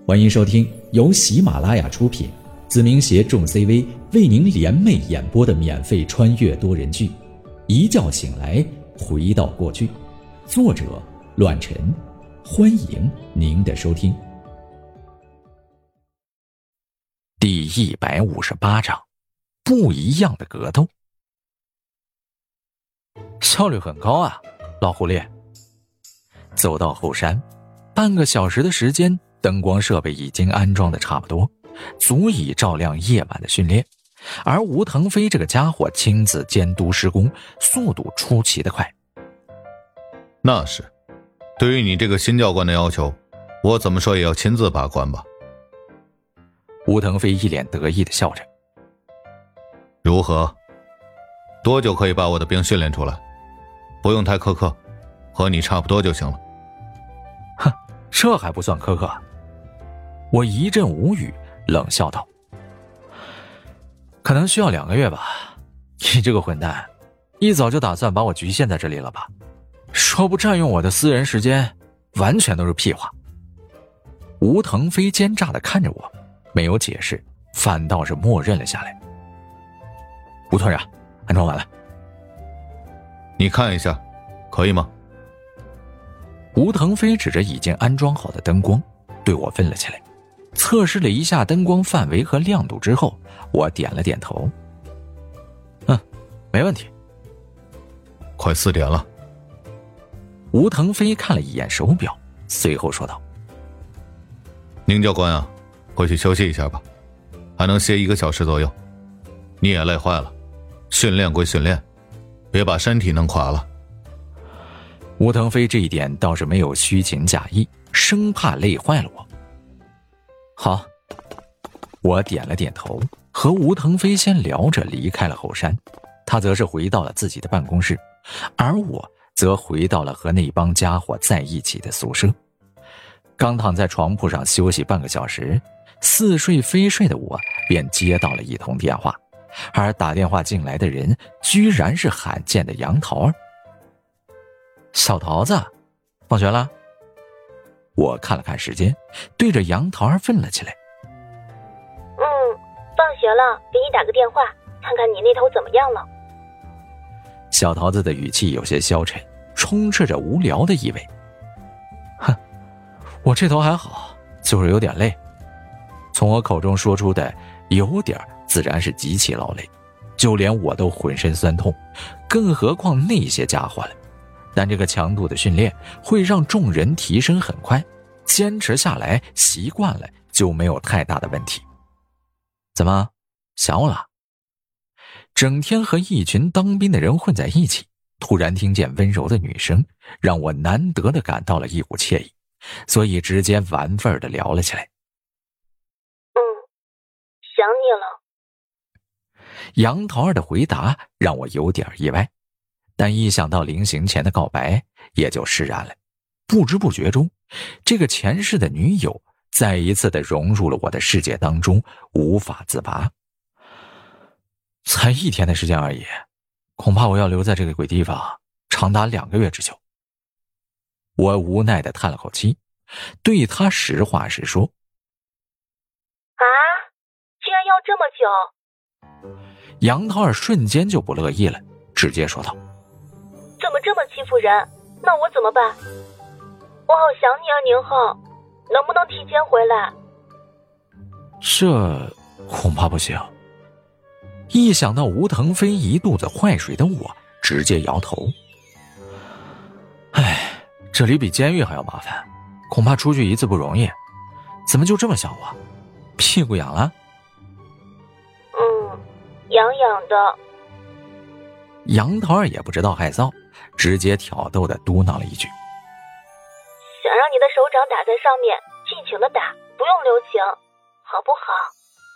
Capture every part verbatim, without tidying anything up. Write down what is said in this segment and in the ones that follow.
欢迎收听由喜马拉雅出品，子明携众 C V 为您联袂演播的免费穿越多人剧《一觉醒来回到过去》，作者乱臣。欢迎您的收听。 第一百五十八章，不一样的格斗。效率很高啊，老狐狸。走到后山，半个小时的时间，灯光设备已经安装的差不多，足以照亮夜晚的训练。而吴腾飞这个家伙亲自监督施工，速度出奇的快。 那是，对于你这个新教官的要求，我怎么说也要亲自把关吧。 吴腾飞一脸得意地笑着。 如何？多久可以把我的兵训练出来？不用太苛刻，和你差不多就行了。 哼，这还不算苛刻。我一阵无语，冷笑道：可能需要两个月吧。你这个混蛋，一早就打算把我局限在这里了吧？说不占用我的私人时间，完全都是屁话。吴腾飞奸诈地看着我，没有解释，反倒是默认了下来。吴团长，安装完了。 你看一下，可以吗？ 吴腾飞指着已经安装好的灯光，对我问了起来。测试了一下灯光范围和亮度之后，我点了点头。嗯，没问题。 快四点了。 吴腾飞看了一眼手表，随后说道： 宁教官啊，回去休息一下吧，还能歇一个小时左右。你也累坏了，训练归训练，别把身体弄垮了。 吴腾飞这一点倒是没有虚情假意，生怕累坏了我。好，我点了点头，和吴腾飞先聊着离开了后山，他则是回到了自己的办公室，而我则回到了和那帮家伙在一起的宿舍。刚躺在床铺上休息半个小时，似睡非睡的我便接到了一通电话，而打电话进来的人居然是罕见的杨桃儿。小桃子，放学了？我看了看时间，对着杨桃儿问了起来。 嗯，放学了，给你打个电话，看看你那头怎么样了。 小桃子的语气有些消沉，充斥着无聊的意味。哼，我这头还好，就是有点累。从我口中说出的有点自然是极其劳累，就连我都浑身酸痛，更何况那些家伙了。但这个强度的训练会让众人提升很快，坚持下来习惯了就没有太大的问题。怎么想我了？整天和一群当兵的人混在一起，突然听见温柔的女声，让我难得的感到了一股惬意，所以直接玩味儿的聊了起来。 嗯，想你了。 杨桃儿的回答让我有点意外，但一想到临行前的告白，也就释然了。不知不觉中，这个前世的女友再一次的融入了我的世界当中，无法自拔。才一天的时间而已，恐怕我要留在这个鬼地方长达两个月之久。我无奈的叹了口气，对他实话实说。 啊，居然要这么久？ 杨桃儿瞬间就不乐意了，直接说道： 怎么这么欺负人？那我怎么办？我好想你啊，宁浩，能不能提前回来？ 这恐怕不行。一想到吴腾飞一肚子坏水的我，直接摇头。唉，这里比监狱还要麻烦，恐怕出去一次不容易。怎么就这么想我？屁股痒了？ 嗯，痒痒的。 杨桃儿也不知道害臊，直接挑逗的嘟囔了一句： 想让你的手掌打在上面，尽情的打，不用留情，好不好？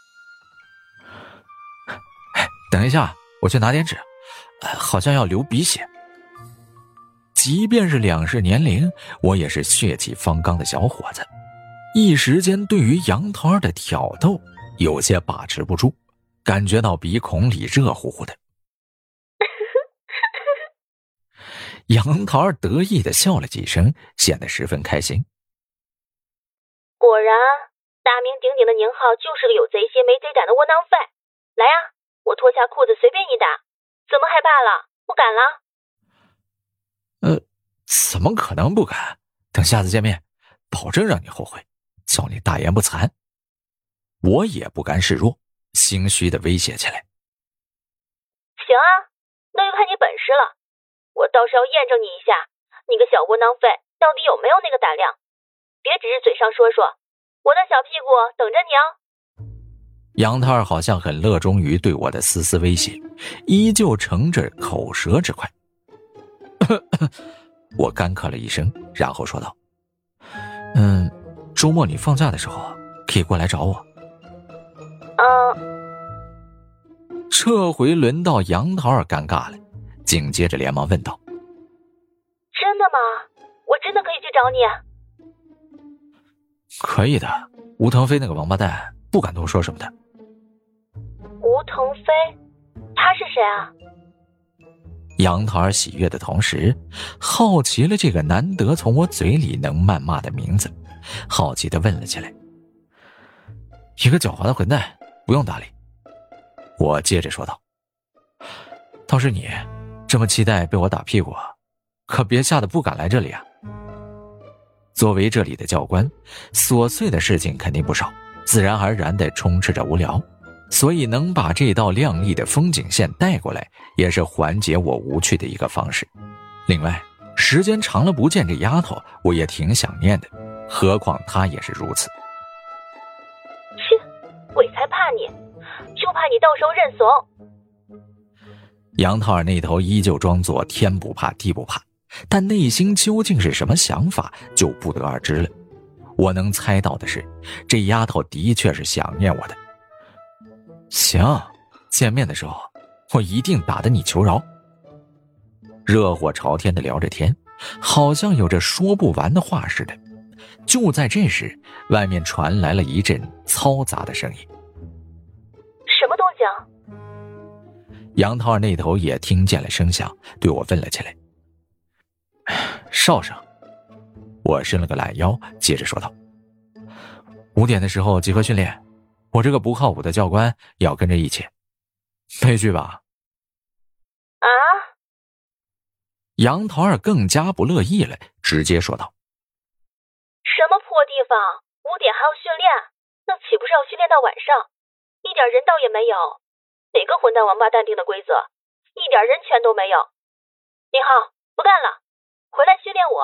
等一下，我去拿点纸，呃、好像要流鼻血。即便是两世年龄，我也是血气方刚的小伙子，一时间对于杨桃儿的挑逗有些把持不住，感觉到鼻孔里热乎乎的。杨桃儿得意地笑了几声，显得十分开心。 果然大名鼎鼎的宁浩就是个有贼心没贼胆的窝囊废。来呀，我脱下裤子随便你打，怎么害怕了？不敢了？ 呃，怎么可能不敢？等下次见面，保证让你后悔，叫你大言不惭。我也不甘示弱，心虚的威胁起来。 行啊，那就看你本事了。我倒是要验证你一下，你个小窝囊废到底有没有那个胆量？别只是嘴上说说，我的小屁股等着你哦。 杨桃儿好像很乐衷于对我的丝丝威胁，依旧乘着口舌之快。我干咳了一声，然后说道：嗯，周末你放假的时候可以过来找我。 嗯。 这回轮到杨桃儿尴尬了，紧接着连忙问道： 真的吗？我真的可以去找你？ 可以的，吴腾飞那个王八蛋不敢多说什么的。 吴腾飞？他是谁啊？ 杨桃儿喜悦的同时，好奇了这个难得从我嘴里能谩骂的名字，好奇地问了起来。一个狡猾的混蛋，不用搭理。我接着说道：倒是你这么期待被我打屁股，可别吓得不敢来这里啊。作为这里的教官，琐碎的事情肯定不少，自然而然地充斥着无聊，所以能把这道亮丽的风景线带过来，也是缓解我无趣的一个方式。另外，时间长了不见这丫头，我也挺想念的，何况她也是如此。 切，鬼才怕你，就怕你到时候认怂。 杨桃儿那头依旧装作天不怕地不怕，但内心究竟是什么想法就不得而知了。我能猜到的是，这丫头的确是想念我的。行，见面的时候我一定打得你求饶。热火朝天的聊着天，好像有着说不完的话似的。就在这时，外面传来了一阵嘈杂的声音。 什么东西啊？ 杨桃儿那头也听见了声响，对我问了起来。哨声。我伸了个懒腰，接着说道：五点的时候集合训练，我这个不靠谱的教官也要跟着一起。悲剧吧？ 啊？ 杨桃儿更加不乐意了，直接说道： 什么破地方？五点还要训练？那岂不是要训练到晚上？一点人道也没有。哪个混蛋王八蛋定的规则？一点人权都没有。宁浩，不干了，回来训练我。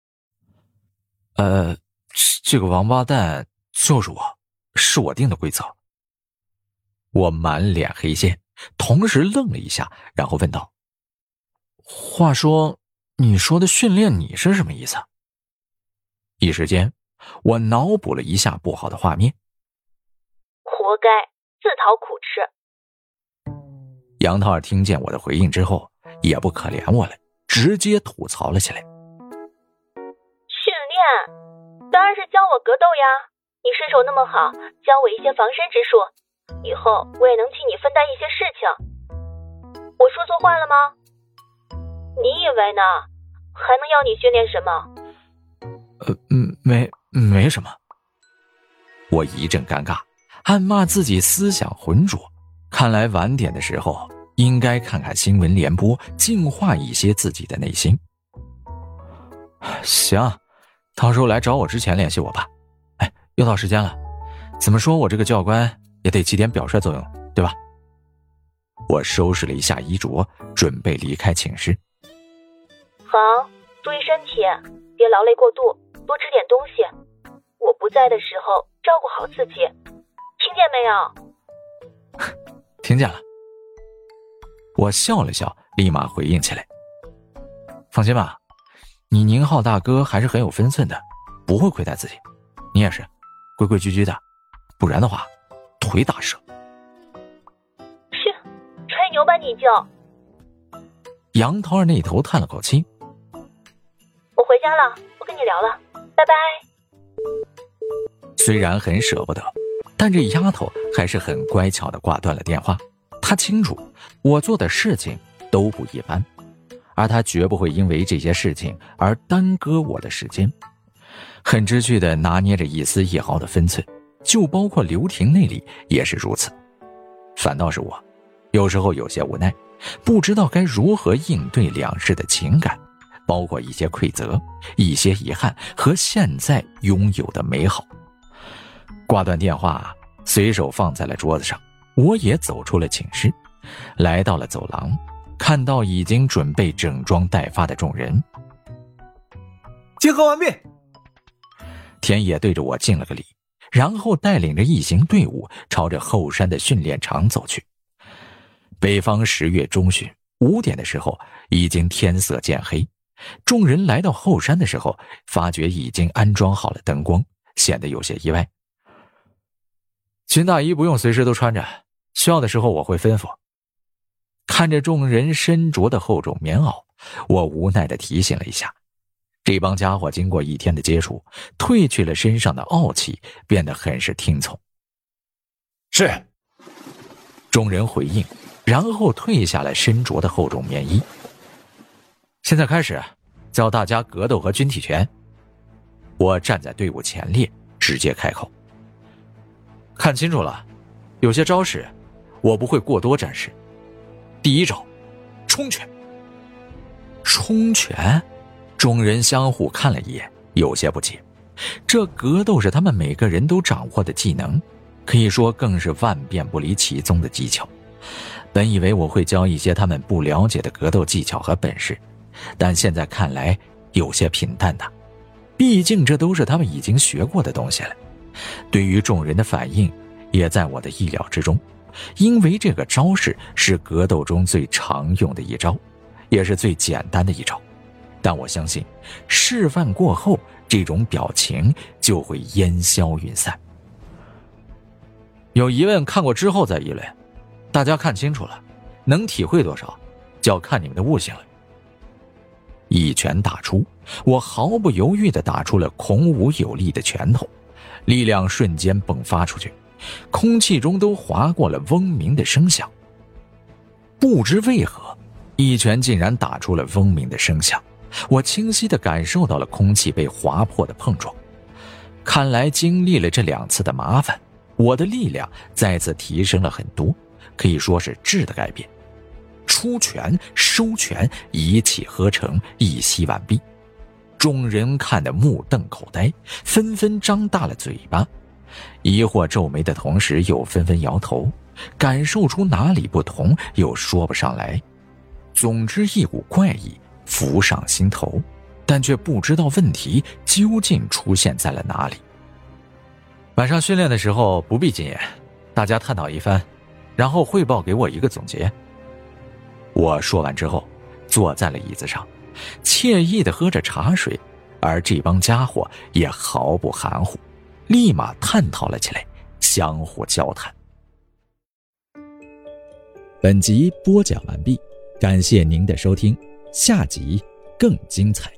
呃，这个王八蛋就是我，是我定的规则。我满脸黑线，同时愣了一下，然后问道：话说，你说的训练你是什么意思？一时间，我脑补了一下不好的画面。 活该，自讨苦吃。 杨桃儿听见我的回应之后，也不可怜我了，直接吐槽了起来。 训练？当然是教我格斗呀！你身手那么好，教我一些防身之术，以后我也能替你分担一些事情。我说错话了吗？你以为呢？还能要你训练什么？ 呃，嗯，没，没什么。我一阵尴尬，暗骂自己思想浑浊。看来晚点的时候应该看看新闻联播，净化一些自己的内心。行，到时候来找我之前联系我吧。哎，又到时间了，怎么说我这个教官也得起点表率作用，对吧？我收拾了一下衣着，准备离开寝室。 好，注意身体，别劳累过度，多吃点东西。我不在的时候照顾好自己，听见没有？ 听见了。我笑了笑，立马回应起来。放心吧，你宁浩大哥还是很有分寸的，不会亏待自己。你也是，规规矩矩的，不然的话，腿打折。 去，吹牛吧你就。 杨桃儿那头叹了口气。 我回家了，不跟你聊了，拜拜。 虽然很舍不得，但这丫头还是很乖巧地挂断了电话。她清楚我做的事情都不一般，而她绝不会因为这些事情而耽搁我的时间。很知趣地拿捏着一丝一毫的分寸， 就包括刘婷那里也是如此。反倒是我，有时候有些无奈，不知道该如何应对两世的情感，包括一些愧责、一些遗憾和现在拥有的美好。挂断电话，随手放在了桌子上，我也走出了寝室，来到了走廊，看到已经准备整装待发的众人。 集合完毕。 田野对着我敬了个礼，然后带领着一行队伍朝着后山的训练场走去。北方十月中旬五点的时候，已经天色渐黑。众人来到后山的时候，发觉已经安装好了灯光，显得有些意外。秦大衣不用随时都穿着，需要的时候我会吩咐。看着众人身着的厚重棉袄，我无奈地提醒了一下。这帮家伙经过一天的接触，褪去了身上的傲气，变得很是听从。 是。 众人回应，然后褪下了身着的厚重棉衣。现在开始教大家格斗和军体拳。我站在队伍前列，直接开口。看清楚了，有些招式我不会过多展示。第一招，冲拳。冲拳？众人相互看了一眼，有些不解。这格斗是他们每个人都掌握的技能，可以说更是万变不离其宗的技巧。本以为我会教一些他们不了解的格斗技巧和本事，但现在看来有些平淡的，毕竟这都是他们已经学过的东西了。对于众人的反应也在我的意料之中，因为这个招式是格斗中最常用的一招，也是最简单的一招。但我相信示范过后，这种表情就会烟消云散。有疑问看过之后再议论，大家看清楚了，能体会多少就要看你们的悟性了。一拳打出，我毫不犹豫地打出了孔武有力的拳头，力量瞬间迸发出去，空气中都划过了嗡鸣的声响。不知为何，一拳竟然打出了嗡鸣的声响，我清晰地感受到了空气被划破的碰撞。看来经历了这两次的麻烦，我的力量再次提升了很多，可以说是质的改变。出拳收拳一气呵成，一息完毕。众人看得目瞪口呆，纷纷张大了嘴巴，疑惑皱眉的同时又纷纷摇头，感受出哪里不同又说不上来。总之一股怪异浮上心头，但却不知道问题究竟出现在了哪里。晚上训练的时候不必禁言，大家探讨一番，然后汇报给我一个总结。我说完之后，坐在了椅子上，惬意地喝着茶水，而这帮家伙也毫不含糊，立马探讨了起来，相互交谈。 本集播讲完毕，感谢您的收听，下集更精彩。